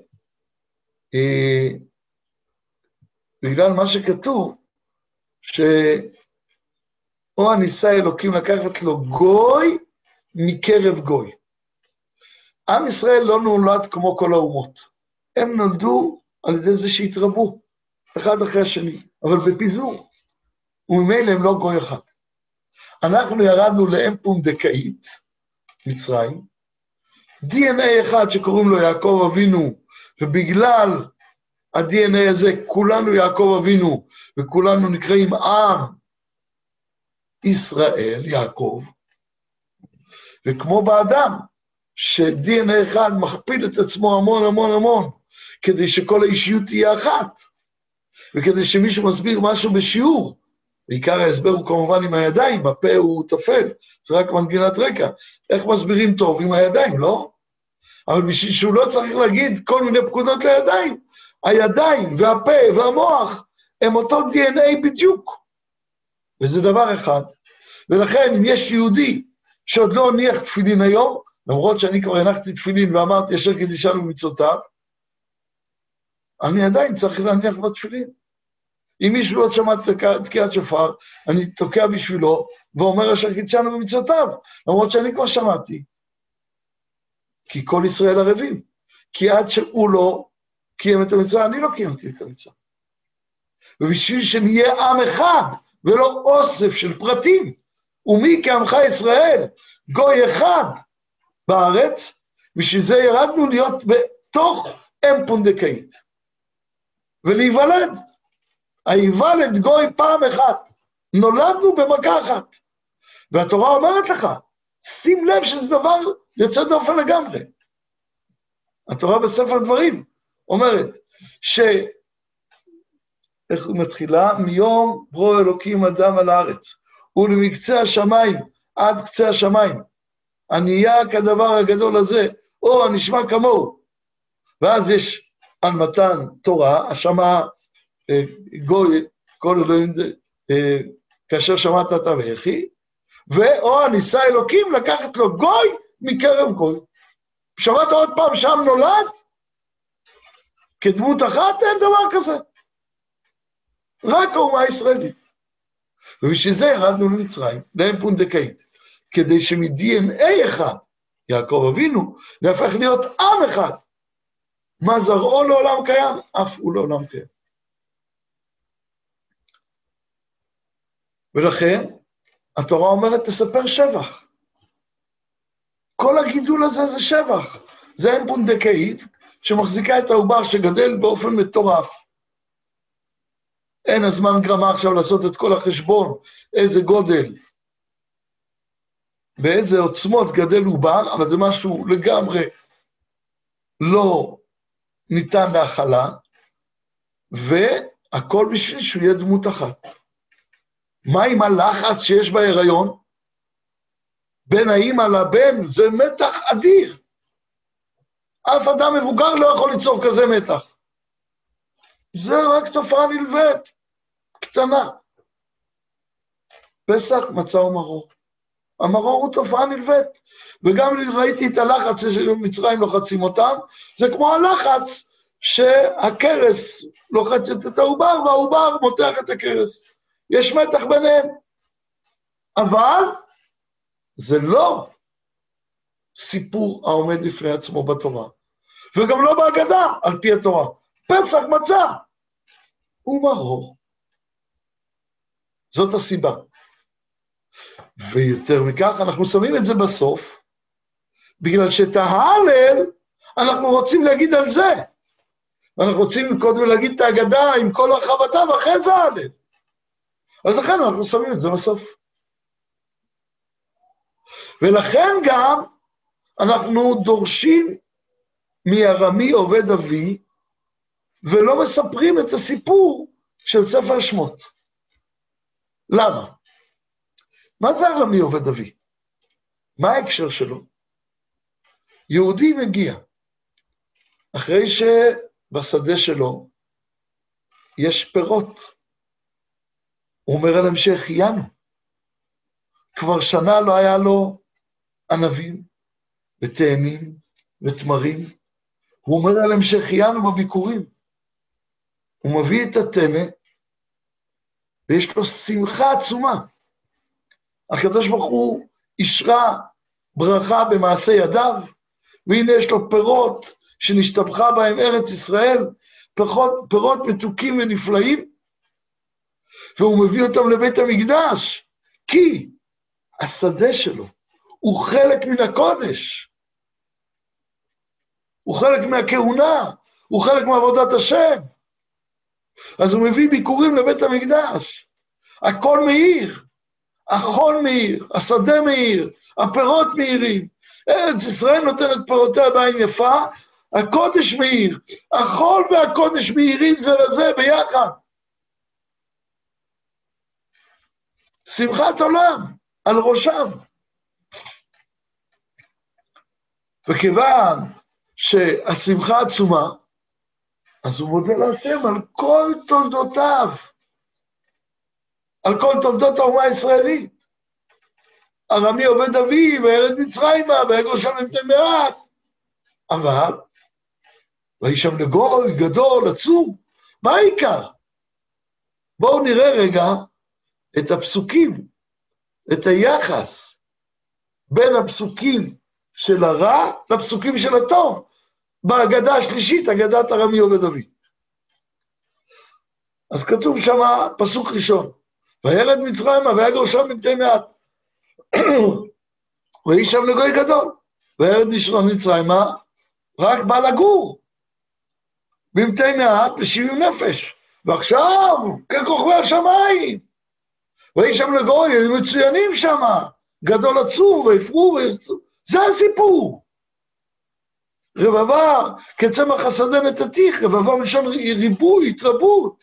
אה, בגלל מה שכתוב, ש... או הניסה אלוקים לקחת לו גוי מקרב גוי. עם ישראל לא נולד כמו כל האומות. הם נולדו על ידי זה שהתרבו, אחד אחרי השני, אבל בפיזור. וממילא הם לא גוי אחד. אנחנו ירדנו לאם פונדקאית, מצרים, די אן איי אחד שקוראים לו יעקב אבינו, ובגלל ה-די אן איי הזה כולנו יעקב אבינו, וכולנו נקראים עם ישראל, יעקב, וכמו באדם, ש-די אן איי אחד מכפיל את עצמו המון המון המון, כדי שכל האישיות תהיה אחת, וכדי שמישהו מסביר משהו בשיעור, בעיקר ההסבר הוא כמובן עם הידיים, הפה הוא תפל, זה רק מנגינת רקע, איך מסבירים טוב עם הידיים, לא? אבל בשביל שהוא לא צריך להגיד כל מיני פקודות לידיים, הידיים והפה והמוח הם אותו די אן איי בדיוק, וזה דבר אחד, ולכן אם יש יהודי שעוד לא הניח תפילין היום, למרות שאני כבר הנחתי תפילין ואמרתי אשר קידשנו במצוותיו, אני עדיין צריך להניח בתפילין. אם מישהו לא שמע תקיעת שופר, אני תוקע בשבילו, ואומר אשר קידשנו במצוותיו, למרות שאני כבר שמעתי. כי כל ישראל ערבים. כי עד שהוא לא קיים את המצווה, אני לא קיימתי את המצווה. ובשביל שנהיה עם אחד, ולא אוסף של פרטים, ומי כעמך ישראל, גוי אחד בארץ, בשביל זה ירדנו להיות בתוך אם פונדקאית. ולהיוולד. היוולד גוי פעם אחת. נולדנו במכה אחת. והתורה אומרת לך, שים לב שזה דבר יוצא דופן לגמרי. התורה בספר דברים אומרת, ש... איך היא מתחילה? מיום ברוא אלוקים אדם על הארץ, ולמקצה השמיים עד קצה השמיים, הנהיה כדבר הגדול הזה, או הנשמע כמוהו. ואז יש על מתן תורה, השמע גוי, כל אלוהים זה, כאשר שמעת אתה ויחי, ואו הניסה אלוקים לקחת לו גוי מקרב גוי. שמעת עוד פעם שם נולד? כדמות אחת אין דבר כזה. רק האומה הישראלית. ובשביל זה ירדנו למצרים, לאם פונדקאית. כדי שמ-די אן איי אחד, יעקב אבינו, נהפך להיות עם אחד. מה זרעו לעולם קיים? אף הוא לעולם קיים. ולכן, התורה אומרת, תספר שבח. כל הגידול הזה זה שבח. זה אם פונדקאית, שמחזיקה את העובר שגדל באופן מטורף. אין הזמן גרמה עכשיו לעשות את כל החשבון, איזה גודל, באיזה עוצמות גדל עובר, אבל זה משהו לגמרי לא ניתן להכלה, והכל בשביל שהוא יהיה דמות אחת. מה עם הלחץ שיש בהיריון? בין האמא לבן, זה מתח אדיר. אף אדם מבוגר לא יכול ליצור כזה מתח. זה רק תופעה נלווית, קטנה. פסח, מצה ומרור. המרור הוא תופעה נלווית. וגם ראיתי את הלחץ שמצרים לוחצים אותם, זה כמו הלחץ שהקרס לוחצת את העובר, והעובר מותח את הקרס. יש מתח ביניהם. אבל זה לא סיפור העומד לפני עצמו בתורה. וגם לא בהגדה, על פי התורה. פסח מצה ומרור. זאת הסיבה. ויותר מכך, אנחנו שמים את זה בסוף, בגלל שאת ההלל אנחנו רוצים להגיד על זה. ואנחנו רוצים קודם להגיד את ההגדה עם כל הרחבתה, ואחרי זה ההלל. אז לכן אנחנו שמים את זה בסוף. ולכן גם אנחנו דורשים מארמי עובד אבי, ולא מספרים את הסיפור של ספר שמות. למה? מה זה ארמי עובד אבי? מה ההקשר שלו? יהודי מגיע, אחרי שבשדה שלו יש פירות. הוא אומר על המשך, חיינו. כבר שנה לא היה לו ענבים ותאנים ותמרים. הוא אומר על המשך, חיינו בביקורים. הוא מביא את התנה, ויש לו שמחה עצומה. הקדוש ברוך הוא ישרה ברכה במעשה ידיו, והנה יש לו פירות שנשתבחה בהם ארץ ישראל, פירות, פירות מתוקים ונפלאים, והוא מביא אותם לבית המקדש, כי השדה שלו הוא חלק מן הקודש, הוא חלק מהכהונה, הוא חלק מעבודת השם, אז הוא מביא ביקורים לבית המקדש, הכל מאיר, החול מאיר, השדה מאיר, הפירות מאירים, ארץ ישראל נותנת פירותיה בעין יפה, הקודש מאיר, החול והקודש מאירים זה לזה ביחד. שמחת עולם על ראשם. וכיוון שהשמחה עצומה, אז הוא מודה להשם על כל תולדותיו, על כל תולדות האומה הישראלית. ארמי עובד אבי, וירד מצרימה, ויגור שם עם מעט. אבל, ויהי שם לגוי גדול, עצום. מה העיקר? בואו נראה רגע את הפסוקים, את היחס בין הפסוקים של הרע לפסוקים של הטוב, בהגדה השלישית, הגדת ארמי עובד אבי. אז כתוב שם פסוק ראשון, וירד מצרימה, ויגור שם עם מעט. ויהי שם לגוי גדול, וירד מצרימה, רק בא לגור, במתי מעט ב-שבעים נפש, ועכשיו, ככוכבי השמיים, ויהי שם לגוי, היו מצוינים שם, גדול עצוב, ויפרו, ויפרו, זה הסיפור. רבבה, כצמח השדה נתתיך, רבבה מלשון ריבוי, התרבות.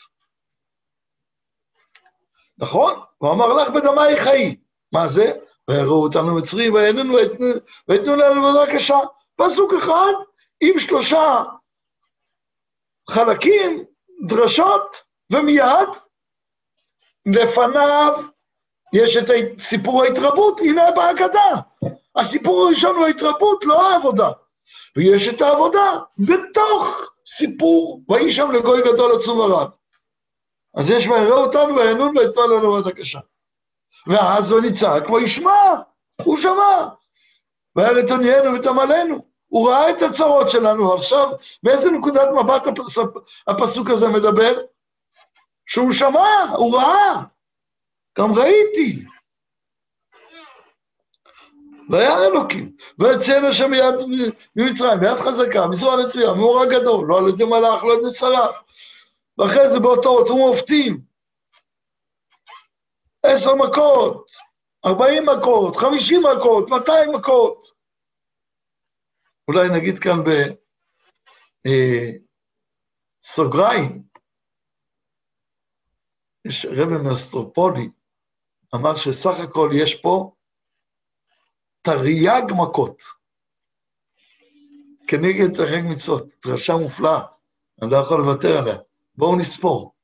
נכון? הוא אמר לך בדמי חיי. מה זה? ויראו אותנו מצרים, ויעננו, ויתנו לנו עבודה קשה. פסוק אחד, עם שלושה חלקים, דרשות, ומיד, לפניו, יש את סיפור ההתרבות, הנה בהגדה. הסיפור הראשון הוא ההתרבות, לא העבודה. ויש את העבודה בתוך סיפור, ויהי שם לגוי גדול עצום ורב. אז יש ויראו אותנו, ויענון, ויתנו לנו עבודה קשה. ואז הוא נצעק, וישמע, הוא שמע, וירא את עניינו ותמלאנו, הוא ראה את הצרות שלנו. עכשיו, באיזה נקודת מבט הפסוק הזה מדבר? שהוא שמע, הוא ראה, גם ראיתי. וירא אלוקים, ויצאנו השם מיד ממצרים, ביד חזקה, מזרוע נטויה, מאורע גדול, לא על ידי מלאך, לא על ידי שרף. ואחרי זה באותות ומופתים, עשר מכות, ארבעים מכות, חמישים מכות, מאתיים מכות. אולי נגיד כאן בסוגריים, יש רבי מאוסטרופולי, אמר שסך הכל יש פה תרי"ג מכות, כנגד תרי"ג מצוות, דרשה מופלאה, אני לא יכול לוותר עליה, בואו נספור.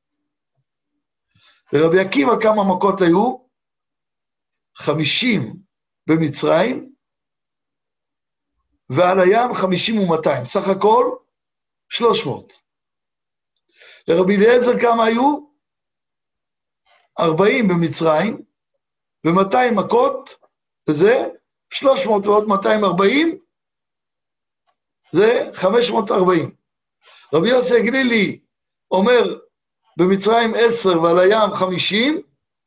ורבי עקיבא כמה מכות היו? חמישים במצרים, ועל הים חמישים ומאתיים, סך הכל שלוש מאות. לרבי אליעזר כמה היו? ארבעים במצרים, ו-מאתיים מכות, וזה שלוש מאות ועוד מאתיים וארבעים, זה חמש מאות וארבעים. רבי יוסי הגלילי אומר, במצרים עשר ועל הים חמישים,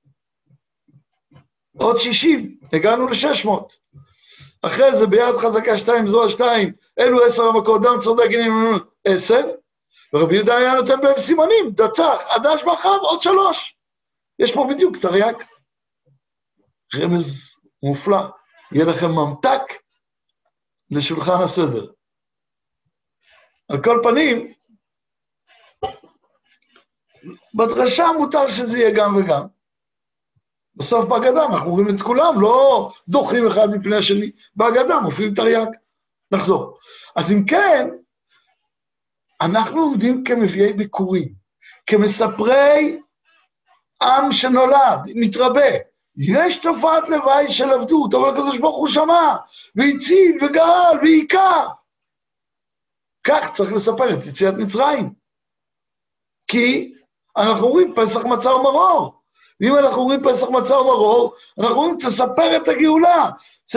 עוד שישים, הגענו ל-שש מאות. אחרי זה ביד חזקה שתיים, זרוע שתיים, אלו עשר המכות, דם צודק, עשר, ורבי יהודה היה נותן בהם סימנים, דצח, עדש בחב, עוד שלוש. יש פה בדיוק תרי"ג. רמז מופלא, יהיה לכם ממתק לשולחן הסדר. על כל פנים, בדרשה מותר שזה יהיה גם וגם. בסוף בהגדה אנחנו רואים את כולם, לא דוחים אחד מפני השני, בהגדה מופיעים תרי"ג. נחזור. אז אם כן, אנחנו עומדים כמביאי ביקורים, כמספרי עם שנולד, מתרבה. יש תופעת לוואי של עבדות, אבל הקדוש ברוך הוא שמע, והציל וגאל והיכה. כך צריך לספר את יציאת מצרים. כי אנחנו רואים פסח מצה ומרור. ואם אנחנו רואים פסח מצה ומרור, אנחנו רואים תספר את הגאולה. זה,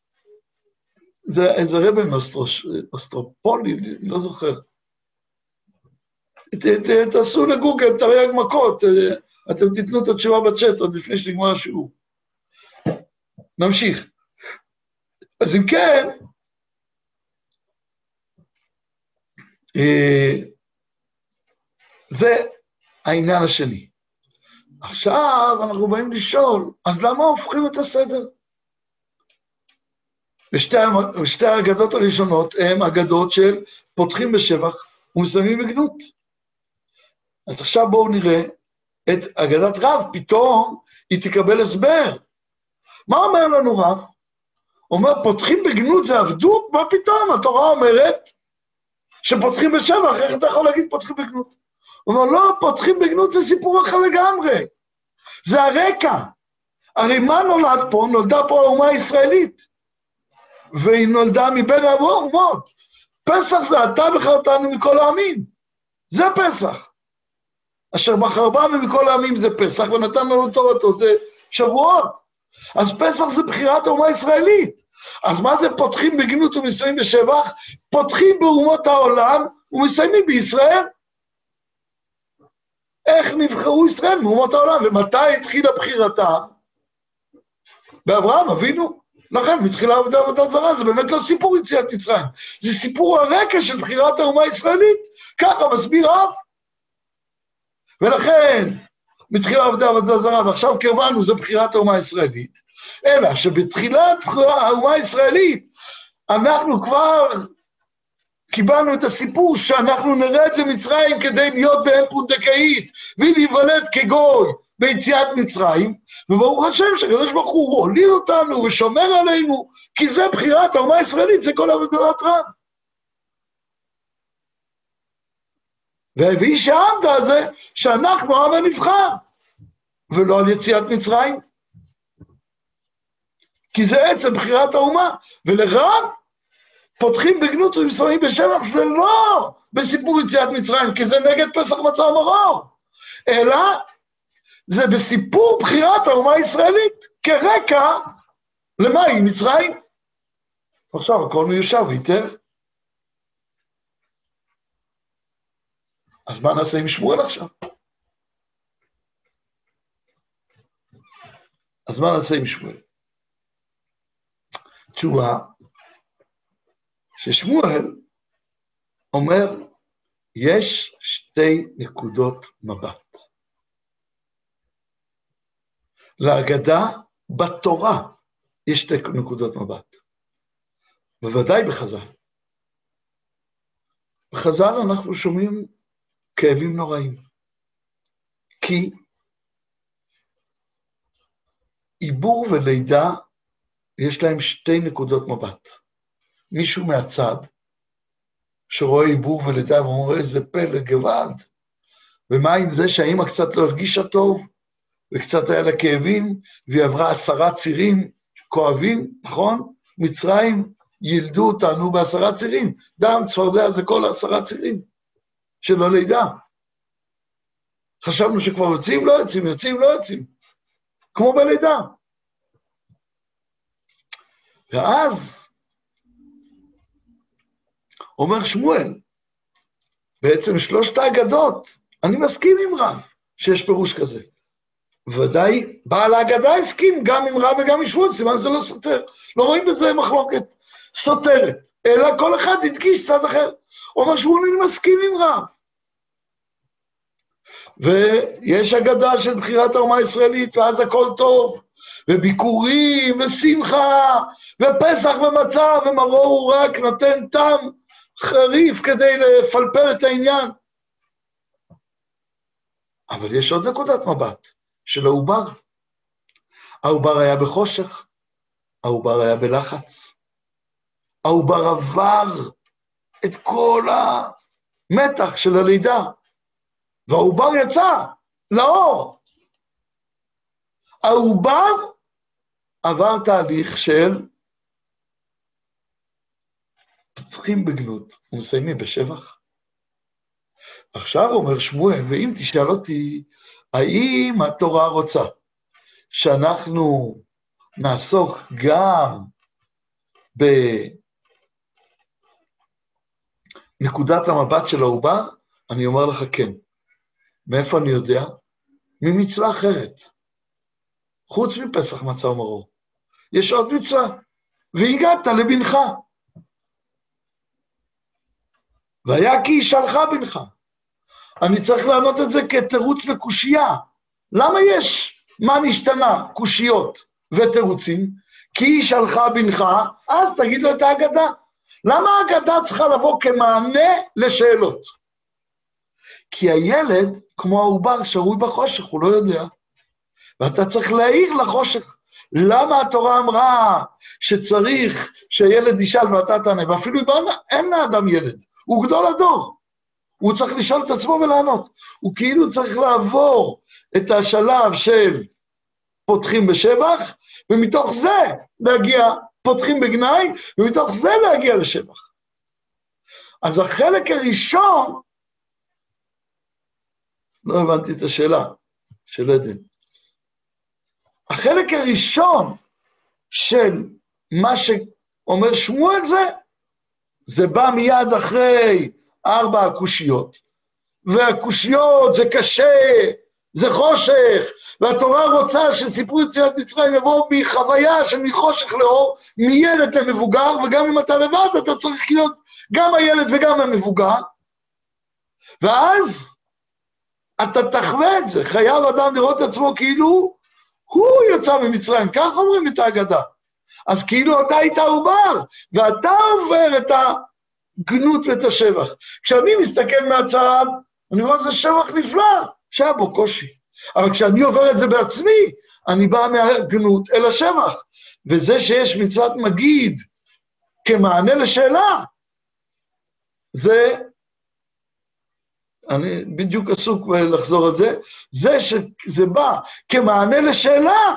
זה איזה רבי מאוסטרופולי, לא זוכר. ת, ת, תעשו לגוגל, תרי"ג מכות, אתם תיתנו את התשובה בצ'אט עוד לפני שנגמר השיעור. נמשיך. אז אם כן, זה העניין השני. עכשיו אנחנו באים לשאול, אז למה הופכים את הסדר? ושתי, ושתי האגדות הראשונות הן אגדות של פותחים בשבח ומסיימים בגנות. אז עכשיו בואו נראה את אגדת רב, פתאום היא תקבל הסבר. מה אומר לנו רב? אומר, פותחים בגנות זה עבדות? מה פתאום? התורה אומרת שפותחים בשבח, איך אתה יכול להגיד פותחים בגנות? הוא אומר, לא, פותחים בגנות זה סיפור אחר לגמרי. זה הרקע. הרי מה נולד פה? נולדה פה האומה הישראלית. והיא נולדה מבין האומות. פסח זה אתה בחרתנו מכל העמים. זה פסח. אשר בחר בנו מכל העמים זה פסח, ונתן לנו תורתו, זה שבועות. אז פסח זה בחירת האומה הישראלית. אז מה זה פותחים בגנות ומסיימים בשבח? פותחים באומות העולם ומסיימים בישראל. איך נבחרו ישראל מאומות העולם? ומתי התחילה בחירתם? באברהם אבינו. לכן, מתחילה עבודה עבודה זרה, זה באמת לא סיפור יציאת מצרים. זה סיפור הרקע של בחירת האומה הישראלית. ככה מסביר רב. ולכן, מתחילה עבודה עבודה זרה, ועכשיו קרבנו, זה בחירת האומה הישראלית. אלא שבתחילת האומה הישראלית, אנחנו כבר קיבלנו את הסיפור שאנחנו נרד למצרים כדי להיות בהם פונדקאית, ולהיוולד כגוי ביציאת מצרים, וברוך השם שהקדוש ברוך הוא הוליד אותנו ושומר עלינו, כי זה בחירת האומה הישראלית, זה כל עבודת רב. והביא שעמדה על זה שאנחנו העם הנבחר, ולא על יציאת מצרים. כי זה עצם בחירת האומה, ולרב פותחים בגנות ומסיימים בשבח, זה לא בסיפור יציאת מצרים, כי זה נגד פסח מצה ומרור, אלא זה בסיפור בחירת האומה הישראלית, כרקע למה היא מצרים? עכשיו הכל מיושב היטב. אז מה נעשה עם שמואל עכשיו? אז מה נעשה עם שמואל? תשובה, ששמואל אומר, יש שתי נקודות מבט. להגדה בתורה יש שתי נקודות מבט. בוודאי בחז"ל. בחז"ל אנחנו שומעים כאבים נוראים. כי עיבור ולידה יש להם שתי נקודות מבט. מישהו מהצד שרואה עיבור ולידה ואומר איזה פלא גוואלד, ומה עם זה שהאמא קצת לא הרגישה טוב, וקצת היה לה כאבים, והיא עברה עשרה צירים כואבים, נכון? מצרים ילדו אותנו בעשרה צירים, דם, צפרדע, זה כל עשרה צירים של הלידה. חשבנו שכבר יוצאים, לא יוצאים, יוצאים, לא יוצאים, כמו בלידה. ואז אומר שמואל, בעצם שלושת האגדות, אני מסכים עם רב שיש פירוש כזה. ודאי, בעל האגדה הסכים גם עם רב וגם עם שמואל, סימן זה לא סותר. לא רואים בזה מחלוקת סותרת, אלא כל אחד הדגיש צד אחר. אומר שמואל, אני מסכים עם רב. ויש אגדה של בחירת האומה הישראלית, ואז הכל טוב, וביקורים, ושמחה, ופסח במצה, ומרור הוא רק נותן טעם חריף כדי לפלפל את העניין. אבל יש עוד נקודת מבט של העובר. העובר היה בחושך, העובר היה בלחץ, העובר עבר את כל המתח של הלידה, והעובר יצא לאור. העובר עבר תהליך של פותחים בגנות ומסיימים בשבח. עכשיו אומר שמואל, ואם תשאל אותי, האם התורה רוצה שאנחנו נעסוק גם בנקודת המבט של העובר? אני אומר לך כן. מאיפה אני יודע? ממצווה אחרת. חוץ מפסח מצה ומרור. יש עוד מצווה, והגעת לבנך. והיה כי ישאלך בנך. אני צריך לענות את זה כתירוץ לקושייה. למה יש מה נשתנה? קושיות ותירוצים. כי ישאלך בנך, אז תגיד לו את ההגדה. למה ההגדה צריכה לבוא כמענה לשאלות? כי הילד, כמו העובר, שרוי בחושך, הוא לא יודע. ואתה צריך להעיר לחושך. למה התורה אמרה שצריך שהילד ישאל ואתה תענה? ואפילו אם אין לאדם ילד, הוא גדול הדור. הוא צריך לשאול את עצמו ולענות. הוא כאילו צריך לעבור את השלב של פותחים בשבח, ומתוך זה להגיע, פותחים בגנאי, ומתוך זה להגיע לשבח. אז החלק הראשון, לא הבנתי את השאלה של עדן. החלק הראשון של מה שאומר שמואל זה, זה בא מיד אחרי ארבע הקושיות, והקושיות זה קשה, זה חושך, והתורה רוצה שסיפור יציאת מצרים יבוא מחוויה של מחושך לאור, מילד למבוגר, וגם אם אתה לבד אתה צריך להיות גם הילד וגם המבוגר, ואז אתה תחווה את זה, חייב אדם לראות את עצמו כאילו הוא יצא ממצרים, כך אומרים את ההגדה, אז כאילו אתה היית עובר, ואתה עובר את הגנות ואת השבח. כשאני מסתכל מהצד, אני רואה זה שבח נפלא, שהיה בו קושי. אבל כשאני עובר את זה בעצמי, אני בא מהגנות אל השבח. וזה שיש מצוות מגיד כמענה לשאלה, זה, אני בדיוק עסוק לחזור על זה, זה שזה בא כמענה לשאלה,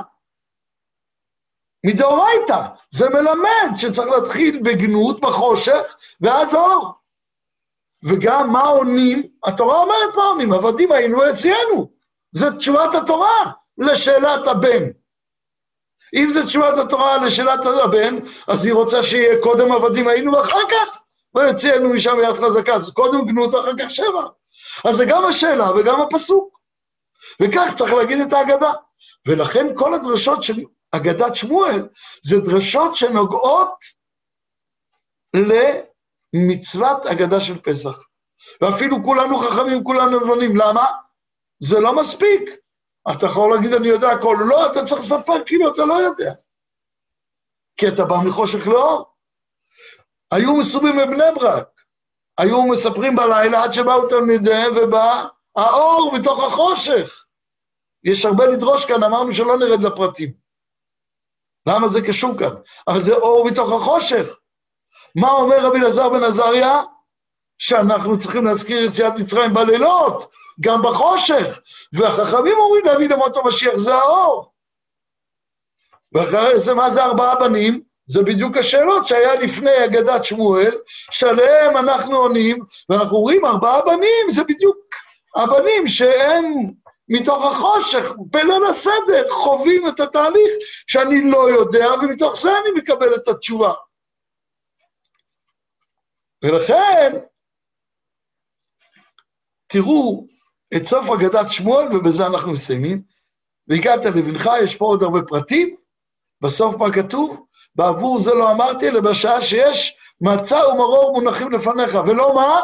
מדאורייתא, זה מלמד שצריך להתחיל בגנות, בחושך, ואז אור. וגם מה עונים? התורה אומרת מה עונים, עבדים היינו אצלנו. זה תשובת התורה לשאלת הבן. אם זה תשובת התורה לשאלת הבן, אז היא רוצה שיהיה קודם עבדים היינו ואחר כך, ויוציאנו משם יד חזקה, אז קודם גנות ואחר כך שבע. אז זה גם השאלה וגם הפסוק. וכך צריך להגיד את ההגדה. ולכן כל הדרשות של אגדת שמואל, זה דרשות שנוגעות למצוות אגדה של פסח. ואפילו כולנו חכמים, כולנו נבונים. למה? זה לא מספיק. אתה יכול להגיד, אני יודע הכל. לא, אתה צריך לספר כאילו אתה לא יודע. כי אתה בא מחושך לאור. היו מסובים בבני ברק. היו מספרים בלילה עד שבאו תלמידיהם ובא האור מתוך החושך. יש הרבה לדרוש כאן, אמרנו שלא נרד לפרטים. למה זה קשור כאן? אבל זה אור מתוך החושך. מה אומר רבי אלעזר בן עזריה? שאנחנו צריכים להזכיר יציאת מצרים בלילות, גם בחושך. והחכמים אומרים להביא למות המשיח זה האור. ואחרי זה מה זה ארבעה בנים? זה בדיוק השאלות שהיה לפני אגדת שמואל, שעליהם אנחנו עונים, ואנחנו רואים ארבעה בנים, זה בדיוק הבנים שהם מתוך החושך, בליל הסדר, חווים את התהליך שאני לא יודע, ומתוך זה אני מקבל את התשובה. ולכן, תראו את סוף אגדת שמואל, ובזה אנחנו מסיימים, והגעת לבנך, יש פה עוד הרבה פרטים, בסוף מה כתוב? בעבור זה לא אמרתי, אלא בשעה שיש מצה ומרור מונחים לפניך, ולא מה?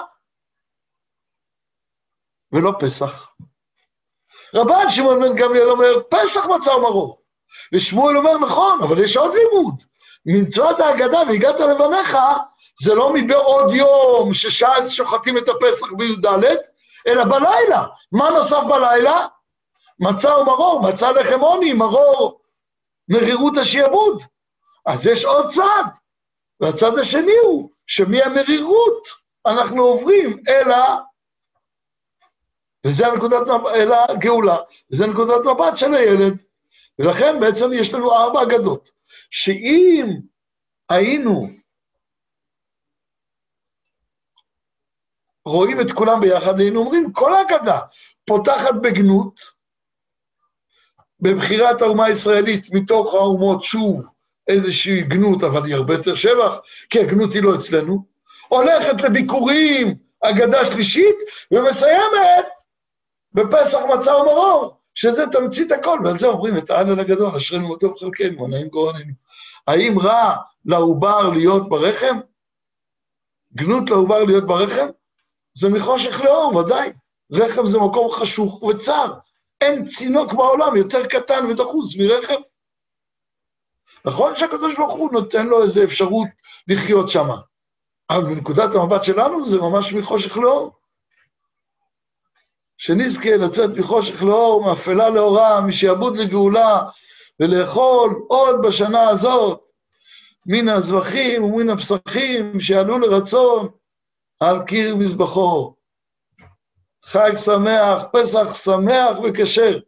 ולא פסח. רבן שמעון בן גמליאל אומר, פסח מצה ומרור. ושמואל אומר, נכון, אבל יש עוד לימוד. מצוות ההגדה והגעת לבניך, זה לא מבעוד יום ששעה שוחטים את הפסח בי"ד, אלא בלילה. מה נוסף בלילה? מצה ומרור, מצה לחם עוני, מרור מרירות השיעבוד. אז יש עוד צד, והצד השני הוא שמהמרירות אנחנו עוברים אל ה... וזה הנקודת מבט, אל הגאולה, וזה נקודת מבט של הילד, ולכן בעצם יש לנו ארבע אגדות, שאם היינו רואים את כולם ביחד, היינו אומרים, כל האגדה פותחת בגנות, בבחירת האומה הישראלית מתוך האומות, שוב, איזושהי גנות, אבל היא הרבה יותר שבח, כי הגנות היא לא אצלנו, הולכת לביקורים, אגדה שלישית, ומסיימת בפסח מצה ומרור, שזה תמצית הכל, ועל זה אומרים את ההלל הגדול, אשרנו וטוב חלקנו, הנאים גורלנו. האם רע לעובר להיות ברחם? גנות לעובר להיות ברחם? זה מחושך לאור, ודאי. רחם זה מקום חשוך וצר. אין צינוק בעולם יותר קטן ודחוס מרחם. נכון שהקדוש ברוך הוא נותן לו איזו אפשרות לחיות שם. אבל בנקודת המבט שלנו זה ממש מחושך לאור. שנזכה לצאת מחושך לאור, מאפלה לאורה, משעבוד לגאולה, ולאכול עוד בשנה הזאת, מן הזבחים ומן הפסחים שעלו לרצון על קיר מזבחו. חג שמח, פסח שמח וכשר.